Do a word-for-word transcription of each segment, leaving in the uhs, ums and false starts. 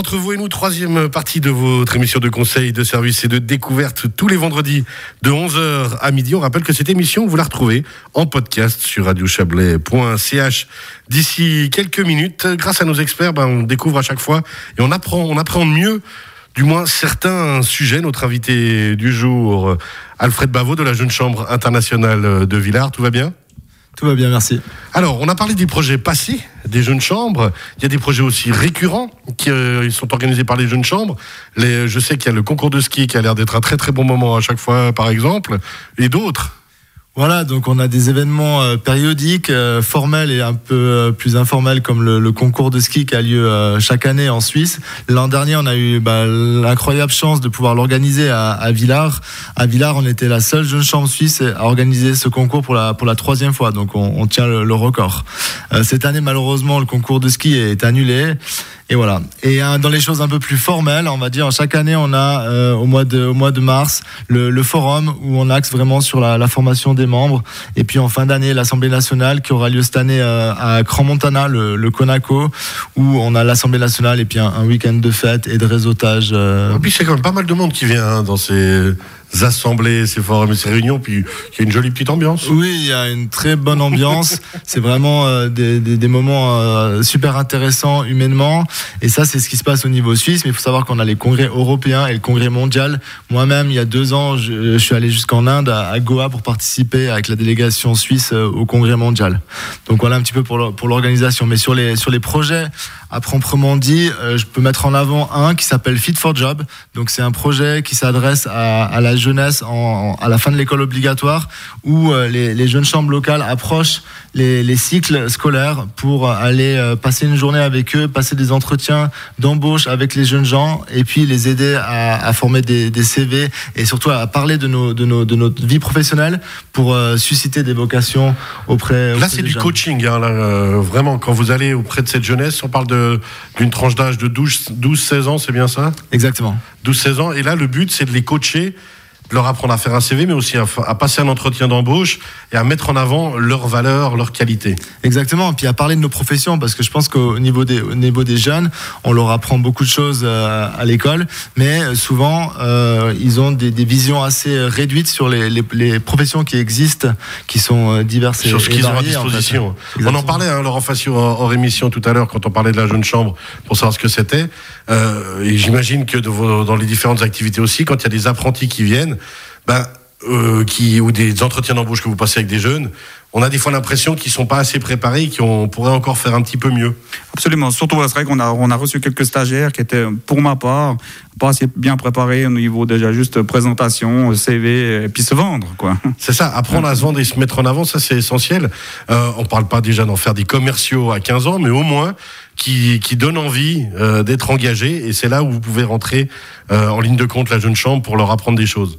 Entre vous et nous, troisième partie de votre émission de conseil, de service et de découverte tous les vendredis de onze heures à midi. On rappelle que cette émission, vous la retrouvez en podcast sur radio chablais point c h. D'ici quelques minutes, grâce à nos experts, ben, on découvre à chaque fois et on apprend, on apprend mieux, du moins certains sujets. Notre invité du jour, Alfred Bavot de la Jeune Chambre internationale de Villars. Tout va bien ? Tout va bien, merci. Alors, on a parlé des projets passés des jeunes chambres. Il y a des projets aussi récurrents qui euh, sont organisés par les jeunes chambres. Les, je sais qu'il y a le concours de ski qui a l'air d'être un très très bon moment à chaque fois, par exemple, et d'autres. Voilà, donc on a des événements euh, périodiques, euh, formels et un peu euh, plus informels, comme le, le concours de ski qui a lieu euh, chaque année en Suisse. L'an dernier, on a eu bah, l'incroyable chance de pouvoir l'organiser à, à Villars. À Villars, on était la seule jeune chambre suisse à organiser ce concours pour la, pour la troisième fois, donc on, on tient le, le record. Euh, cette année, malheureusement, le concours de ski est annulé. Et voilà. Et euh, dans les choses un peu plus formelles, on va dire, chaque année, on a euh, au mois de au mois de mars le, le forum où on axe vraiment sur la, la formation des membres. Et puis en fin d'année, l'Assemblée nationale qui aura lieu cette année euh, à Crans-Montana, le, le Conaco, où on a l'Assemblée nationale et puis un, un week-end de fête et de réseautage. Euh... Et puis c'est quand même pas mal de monde qui vient hein, dans ces assemblées, ces forums et ces réunions, puis il y a une jolie petite ambiance. Oui, il y a une très bonne ambiance. C'est vraiment euh, des, des, des moments euh, super intéressants humainement. Et ça, c'est ce qui se passe au niveau suisse. Mais il faut savoir qu'on a les congrès européens et le congrès mondial. Moi-même, il y a deux ans, je, je suis allé jusqu'en Inde, à, à Goa, pour participer avec la délégation suisse euh, au congrès mondial. Donc voilà un petit peu pour, le, pour l'organisation. Mais sur les, sur les projets, à proprement dit, euh, je peux mettre en avant un qui s'appelle Fit for Job. Donc c'est un projet qui s'adresse à, à la jeunesse en, à la fin de l'école obligatoire, où euh, les, les jeunes chambres locales approchent les, les cycles scolaires pour aller euh, passer une journée avec eux, passer des entretiens d'embauche avec les jeunes gens et puis les aider à, à former des, des C V et surtout à parler de, nos, de, nos, de notre vie professionnelle pour euh, susciter des vocations auprès, auprès là c'est du jeunes. Coaching hein, là, euh, vraiment quand vous allez auprès de cette jeunesse, on parle de, d'une tranche d'âge de douze seize ans, c'est bien ça ? Exactement. douze seize ans, et là le but c'est de les coacher, de leur apprendre à faire un C V, mais aussi à, à passer un entretien d'embauche et à mettre en avant leurs valeurs, leurs qualités. Exactement, et puis à parler de nos professions, parce que je pense qu'au niveau des, au niveau des jeunes, on leur apprend beaucoup de choses euh, à l'école, mais souvent euh, ils ont des, des visions assez réduites sur les, les, les professions qui existent, qui sont diverses et, sur ce qu'ils et variées, ont à disposition. En fait. On en parlait, hein, Laurent Fassio, hors émission tout à l'heure, quand on parlait de la jeune chambre, pour savoir ce que c'était. Euh, et j'imagine que de vos, dans les différentes activités aussi, quand il y a des apprentis qui viennent, ben, euh, qui, ou des entretiens d'embauche que vous passez avec des jeunes, on a des fois l'impression qu'ils ne sont pas assez préparés et qu'on pourrait encore faire un petit peu mieux. Absolument. Surtout, c'est vrai qu'on a, on a reçu quelques stagiaires qui étaient, pour ma part, pas assez bien préparés au niveau déjà juste présentation, C V, et puis se vendre, quoi. C'est ça, apprendre à se vendre et se mettre en avant, ça c'est essentiel. Euh, on ne parle pas déjà d'en faire des commerciaux à quinze ans, mais au moins qui, qui donnent envie euh, d'être engagés. Et c'est là où vous pouvez rentrer euh, en ligne de compte la jeune chambre pour leur apprendre des choses.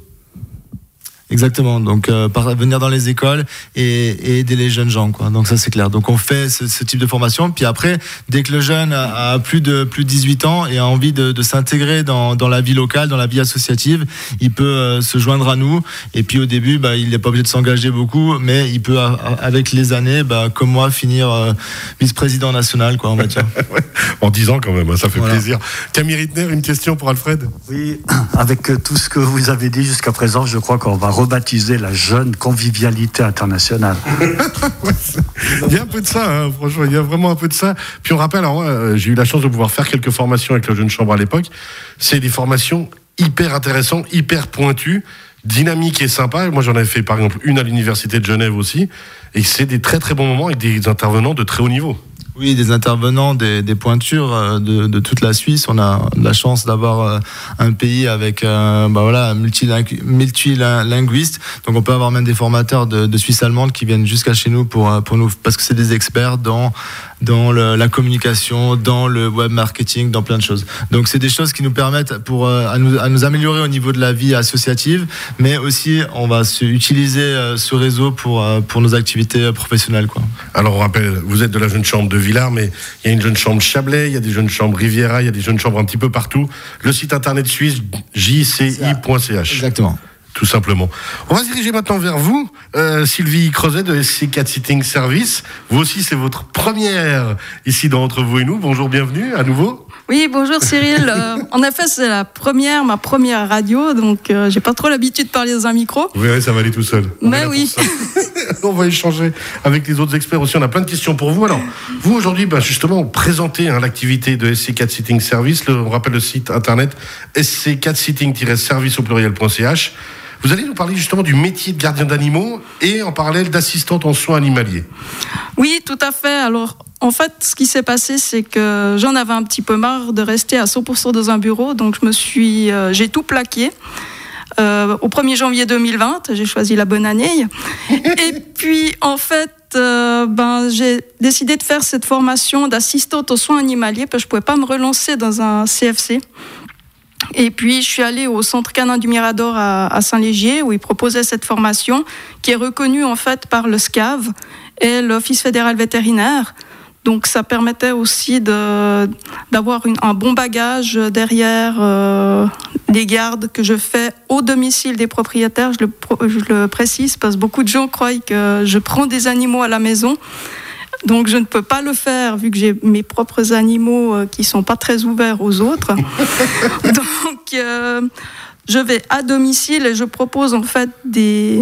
Exactement, donc euh, par, venir dans les écoles et, et aider les jeunes gens, quoi. Donc ça c'est clair. Donc on fait ce, ce type de formation, puis après, dès que le jeune a, a plus de plus de dix-huit ans et a envie de, de s'intégrer dans, dans la vie locale, dans la vie associative, il peut euh, se joindre à nous. Et puis au début, bah, il n'est pas obligé de s'engager beaucoup, mais il peut, avec les années, bah, comme moi, finir euh, vice-président national, quoi, on va dire. En dix ans quand même, ça fait voilà. plaisir. Camille Rittner, une question pour Alfred ? Oui, avec tout ce que vous avez dit jusqu'à présent, je crois qu'on va rebaptiser la jeune convivialité internationale. Il y a un peu de ça, hein, franchement, il y a vraiment un peu de ça. Puis on rappelle, alors, euh, j'ai eu la chance de pouvoir faire quelques formations avec la jeune chambre à l'époque. C'est des formations hyper intéressantes, hyper pointues, dynamiques et sympas. Moi, j'en avais fait par exemple une à l'université de Genève aussi. Et c'est des très très bons moments avec des intervenants de très haut niveau. Oui, des intervenants, des, des pointures de, de toute la Suisse. On a la chance d'avoir un pays avec euh, bah voilà, multilingu- multilinguiste. Donc on peut avoir même des formateurs de, de Suisse allemande qui viennent jusqu'à chez nous pour, pour nous, parce que c'est des experts dans, dans le, la communication, dans le web marketing, dans plein de choses. Donc c'est des choses qui nous permettent pour, à, nous, à nous améliorer au niveau de la vie associative, mais aussi on va se, utiliser ce réseau pour, pour nos activités professionnelles, quoi. Alors on rappelle, vous êtes de la jeune chambre de Villars, mais il y a une jeune chambre Chablais, il y a des jeunes chambres Riviera, il y a des jeunes chambres un petit peu partout. Le site internet suisse, j c i point c h. Exactement. Tout simplement. On va se diriger maintenant vers vous, euh, Sylvie Crozet de S C quatre Sitting Service. Vous aussi, c'est votre première ici dans Entre vous et nous. Bonjour, bienvenue à nouveau. Oui, bonjour Cyril. Euh, en effet, c'est la première, ma première radio, donc euh, j'ai pas trop l'habitude de parler dans un micro. Vous verrez, ça va aller tout seul. On Mais oui. On va échanger avec les autres experts aussi. On a plein de questions pour vous. Alors, vous aujourd'hui, ben justement, vous présentez hein, l'activité de S C quatre Sitting Service. Le, on rappelle le site internet s c quatre sitting tiret service au pluriel point c h. Vous allez nous parler justement du métier de gardien d'animaux et en parallèle d'assistante en soins animaliers. Oui, tout à fait. Alors, en fait, ce qui s'est passé, c'est que j'en avais un petit peu marre de rester à cent pour cent dans un bureau, donc je me suis, euh, j'ai tout plaqué. Euh, au premier janvier deux mille vingt, j'ai choisi la bonne année. Et puis, en fait, euh, ben, j'ai décidé de faire cette formation d'assistante aux soins animaliers parce que je ne pouvais pas me relancer dans un C F C. Et puis, je suis allée au Centre canin du Mirador à, à Saint-Légier où ils proposaient cette formation qui est reconnue en fait par le S C A V et l'Office fédéral vétérinaire. Donc, ça permettait aussi de, d'avoir une, un bon bagage derrière euh, les gardes que je fais au domicile des propriétaires. Je le, je le précise parce que beaucoup de gens croient que je prends des animaux à la maison. Donc, je ne peux pas le faire vu que j'ai mes propres animaux euh, qui ne sont pas très ouverts aux autres. Donc, euh, je vais à domicile et je propose en fait des,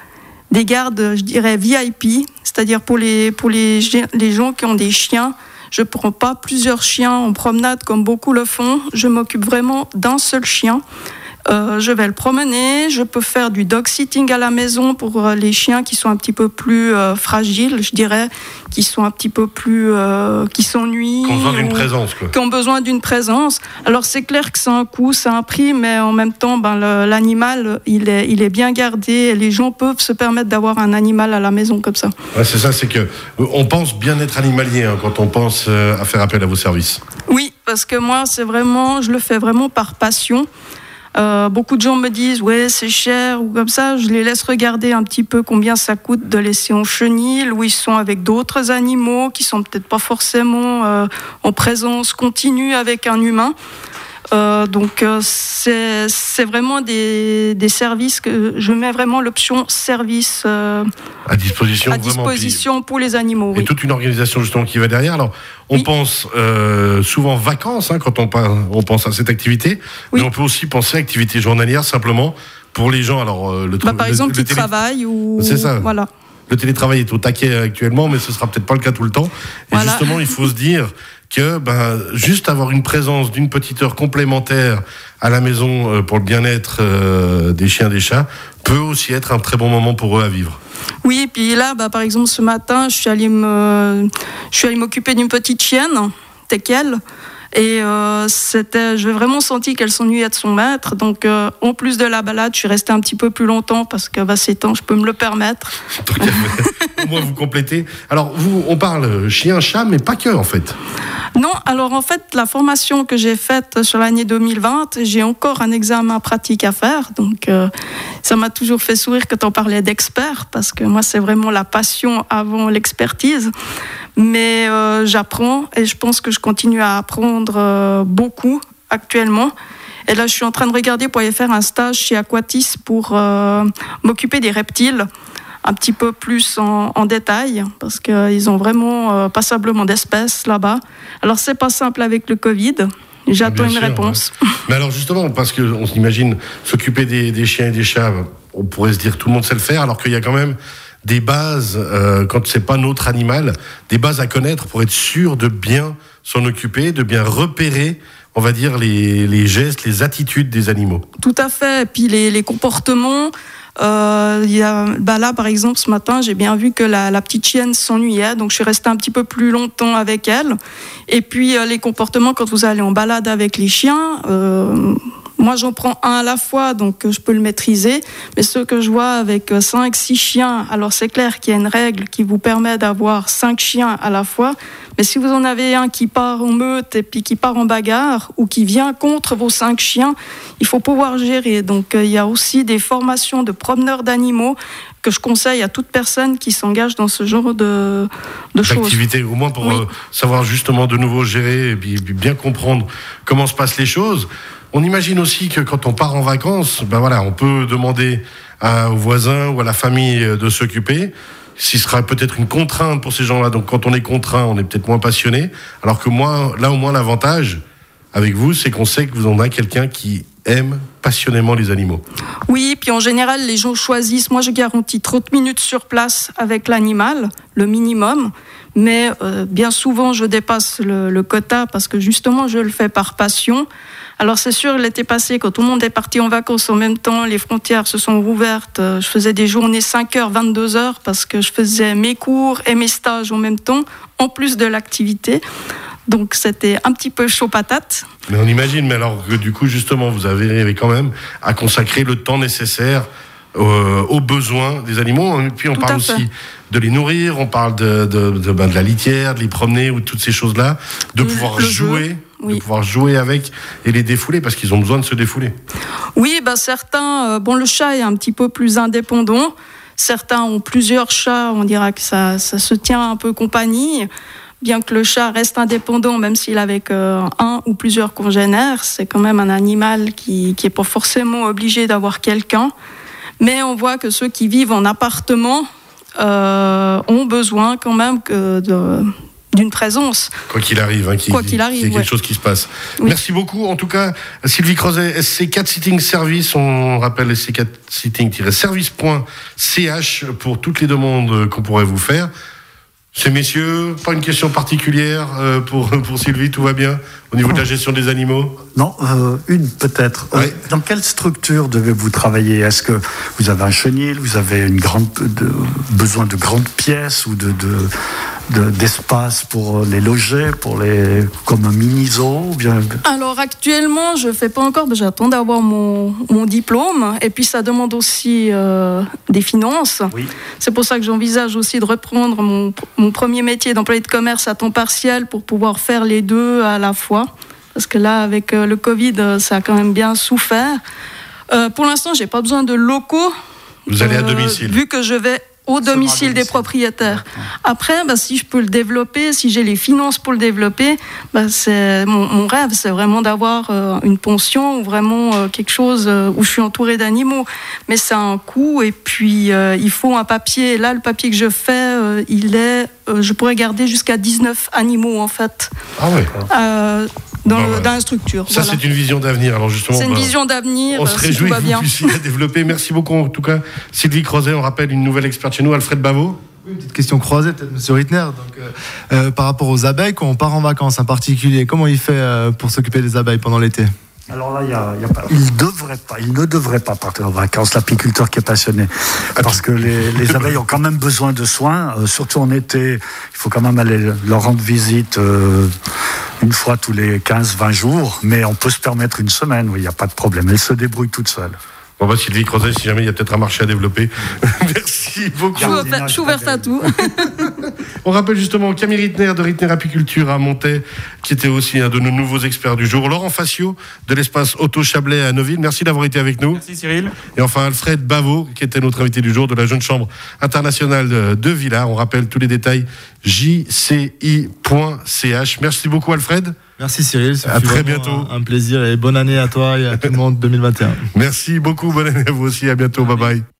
des gardes, je dirais, V I P, c'est-à-dire pour les, pour les, les gens qui ont des chiens. Je ne prends pas plusieurs chiens en promenade comme beaucoup le font. Je m'occupe vraiment d'un seul chien. Euh, je vais le promener, je peux faire du dog sitting à la maison pour les chiens qui sont un petit peu plus euh, fragiles, je dirais, qui sont un petit peu plus, euh, qui s'ennuient, Qui ont besoin d'une présence, quoi. qui ont besoin d'une présence. Alors c'est clair que c'est un coût, c'est un prix, mais en même temps, ben, le, l'animal, il est, il est bien gardé. Et les gens peuvent se permettre d'avoir un animal à la maison comme ça. Ouais, c'est ça, c'est que on pense bien-être animalier hein, quand on pense euh, à faire appel à vos services. Oui, parce que moi, c'est vraiment, je le fais vraiment par passion. Euh, beaucoup de gens me disent ouais c'est cher ou comme ça, je les laisse regarder un petit peu combien ça coûte de laisser en chenil où ils sont avec d'autres animaux qui sont peut-être pas forcément euh, en présence continue avec un humain. Euh, donc euh, c'est, c'est vraiment des, des services que je mets vraiment l'option service euh, à disposition, à vraiment, disposition pour les animaux. Et oui. toute une organisation justement qui va derrière. Alors on Oui. pense euh, souvent vacances hein, quand on, on pense à cette activité, Oui. mais on peut aussi penser à activité journalière simplement pour les gens. Alors euh, le Bah, par le, exemple le qui télé... travaillent ou C'est ça. voilà. Le télétravail est au taquet actuellement, mais ce sera peut-être pas le cas tout le temps. Et Voilà. justement, il faut se dire que ben, juste avoir une présence d'une petite heure complémentaire à la maison euh, pour le bien-être euh, des chiens, des chats, peut aussi être un très bon moment pour eux à vivre. Oui, et puis là, bah, par exemple, ce matin, je suis allée, me... je suis allée m'occuper d'une petite chienne, Tekel. Et euh, c'était, j'ai vraiment senti qu'elle s'ennuyait de son maître. Donc, euh, en plus de la balade, je suis restée un petit peu plus longtemps parce que bah, c'est temps, je peux me le permettre. Donc, au moins, vous complétez. Alors, vous, on parle chien, chat, mais pas que, en fait. Non, alors en fait, la formation que j'ai faite sur l'année deux mille vingt, j'ai encore un examen pratique à faire. Donc, euh, ça m'a toujours fait sourire quand on parlait d'expert, parce que moi, c'est vraiment la passion avant l'expertise. Mais euh, j'apprends et je pense que je continue à apprendre euh, beaucoup actuellement. Et là, je suis en train de regarder pour aller faire un stage chez Aquatis pour euh, m'occuper des reptiles un petit peu plus en, en détail, parce qu'ils ont vraiment euh, passablement d'espèces là-bas. Alors, c'est pas simple avec le Covid. J'attends Bien une sûr, réponse. Ouais. Mais alors, justement, parce qu'on s'imagine s'occuper des, des chiens et des chats, on pourrait se dire tout le monde sait le faire, alors qu'il y a quand même des bases, euh, quand c'est pas notre animal, des bases à connaître pour être sûr de bien s'en occuper, de bien repérer, on va dire, les, les gestes, les attitudes des animaux. Tout à fait. Et puis les, les comportements. Euh, y a, bah là, par exemple, ce matin, j'ai bien vu que la, la petite chienne s'ennuyait, donc je suis restée un petit peu plus longtemps avec elle. Et puis euh, les comportements, quand vous allez en balade avec les chiens, euh, moi j'en prends un à la fois, donc je peux le maîtriser. Mais ceux que je vois avec cinq, six chiens, alors c'est clair qu'il y a une règle qui vous permet d'avoir cinq chiens à la fois. Mais si vous en avez un qui part en meute et puis qui part en bagarre ou qui vient contre vos cinq chiens, il faut pouvoir gérer. Donc euh, il y a aussi des formations de promeneurs d'animaux que je conseille à toute personne qui s'engage dans ce genre de, de choses. D'activité, au moins pour Oui. euh, savoir justement de nouveau gérer et puis, puis bien comprendre comment se passent les choses. On imagine aussi que quand on part en vacances, ben voilà, on peut demander à, aux voisins ou à la famille de s'occuper. Ce sera peut-être une contrainte pour ces gens-là. Donc quand on est contraint, on est peut-être moins passionné. Alors que moi, là au moins l'avantage, avec vous, c'est qu'on sait que vous en avez quelqu'un qui aime passionnément les animaux. Oui, puis en général, les gens choisissent. Moi, je garantis trente minutes sur place avec l'animal, le minimum. Mais euh, bien souvent, je dépasse le, le quota parce que justement, je le fais par passion. Alors c'est sûr, l'été passé, quand tout le monde est parti en vacances en même temps, les frontières se sont rouvertes. Je faisais des journées cinq heures, vingt-deux heures parce que je faisais mes cours et mes stages en même temps, en plus de l'activité. Donc c'était un petit peu chaud patate. Mais on imagine, mais alors que du coup, justement, vous avez quand même à consacrer le temps nécessaire euh, aux besoins des animaux. Et puis on Tout parle à fait. aussi de les nourrir, on parle de, de, de, ben, de la litière, de les promener ou toutes ces choses-là, de Le- pouvoir le jouer. jeu. Oui. De pouvoir jouer avec et les défouler parce qu'ils ont besoin de se défouler. Oui, bah certains, euh, bon, le chat est un petit peu plus indépendant. Certains ont plusieurs chats, on dira que ça, ça se tient un peu compagnie. Bien que le chat reste indépendant, même s'il est avec euh, un ou plusieurs congénères, c'est quand même un animal qui qui est pas forcément obligé d'avoir quelqu'un. Mais on voit que ceux qui vivent en appartement euh, ont besoin quand même que de d'une présence. Quoi qu'il arrive, hein, qu'il Quoi qu'il arrive, qu'il y ait quelque ouais. chose qui se passe. Oui. Merci beaucoup. En tout cas, Sylvie Crozet, S C quatre Sitting Service, on rappelle S C quatre Sitting service point c h pour toutes les demandes qu'on pourrait vous faire. Ces messieurs, pas une question particulière euh, pour, pour Sylvie, tout va bien au niveau de la gestion des animaux? Non, euh, une peut-être. Euh, Ouais. Dans quelle structure devez-vous travailler? Est-ce que vous avez un chenil, vous avez une grande, de, besoin de grandes pièces ou de, de, de- d'espace pour les loger, pour les, comme un mini-zoo ou bien... Alors actuellement, je fais pas encore, mais j'attends d'avoir mon, mon diplôme. Et puis ça demande aussi euh, des finances. Oui. C'est pour ça que j'envisage aussi de reprendre mon, mon premier métier d'employé de commerce à temps partiel pour pouvoir faire les deux à la fois. Parce que là, avec euh, le Covid, euh, ça a quand même bien souffert. Euh, pour l'instant, j'ai pas besoin de locaux. Vous allez à euh, domicile. Vu que je vais au Seulement à domicile des domicile. propriétaires. Après, bah, si je peux le développer, si j'ai les finances pour le développer, bah, c'est mon, mon rêve, c'est vraiment d'avoir euh, une pension ou vraiment euh, quelque chose euh, où je suis entourée d'animaux. Mais c'est un coût et puis euh, il faut un papier. Là, le papier que je fais, euh, il est, euh, je pourrais garder jusqu'à dix-neuf animaux en fait Ah ouais. euh, dans, Bah le- ouais. dans la structure. Ça, Voilà. c'est une vision d'avenir. Alors justement, C'est une bah, vision d'avenir, on euh, se si réjouit tout que va vous bien. puissiez la développer. Merci beaucoup en tout cas, Sylvie Crozet. On rappelle une nouvelle experte chez nous, Alfred Bavot. Oui, une petite question croisée, peut-être, Monsieur Rittner. Donc, euh, euh, par rapport aux abeilles, quand on part en vacances, en particulier, comment il fait euh, pour s'occuper des abeilles pendant l'été? Alors là, il y a, il y a pas, il devrait pas, il ne devrait pas partir en vacances, l'apiculteur qui est passionné. Parce que les, les abeilles ont quand même besoin de soins, euh, surtout en été. Il faut quand même aller leur rendre visite euh, une fois tous les quinze vingt jours. Mais on peut se permettre une semaine, oui, il n'y a pas de problème. Elles se débrouillent toutes seules. Bon bah Sylvie Crozet, si jamais il y a peut-être un marché à développer. Merci beaucoup. Je suis ouverte- je suis ouverte à tout. On rappelle justement Camille Rittner de Rittner Apiculture à Montaix, qui était aussi un de nos nouveaux experts du jour. Laurent Facio de l'espace Auto Chablais à Neuville. Merci d'avoir été avec nous. Merci Cyril. Et enfin Alfred Bavot, qui était notre invité du jour de la Jeune Chambre internationale de, de Villars. On rappelle tous les détails j c i point c h. Merci beaucoup Alfred. Merci Cyril, ça À fut très vraiment bientôt. Un, un plaisir et bonne année à toi et à tout le monde deux mille vingt et un. Merci beaucoup. Bonne année à vous aussi. À bientôt. Bye bye.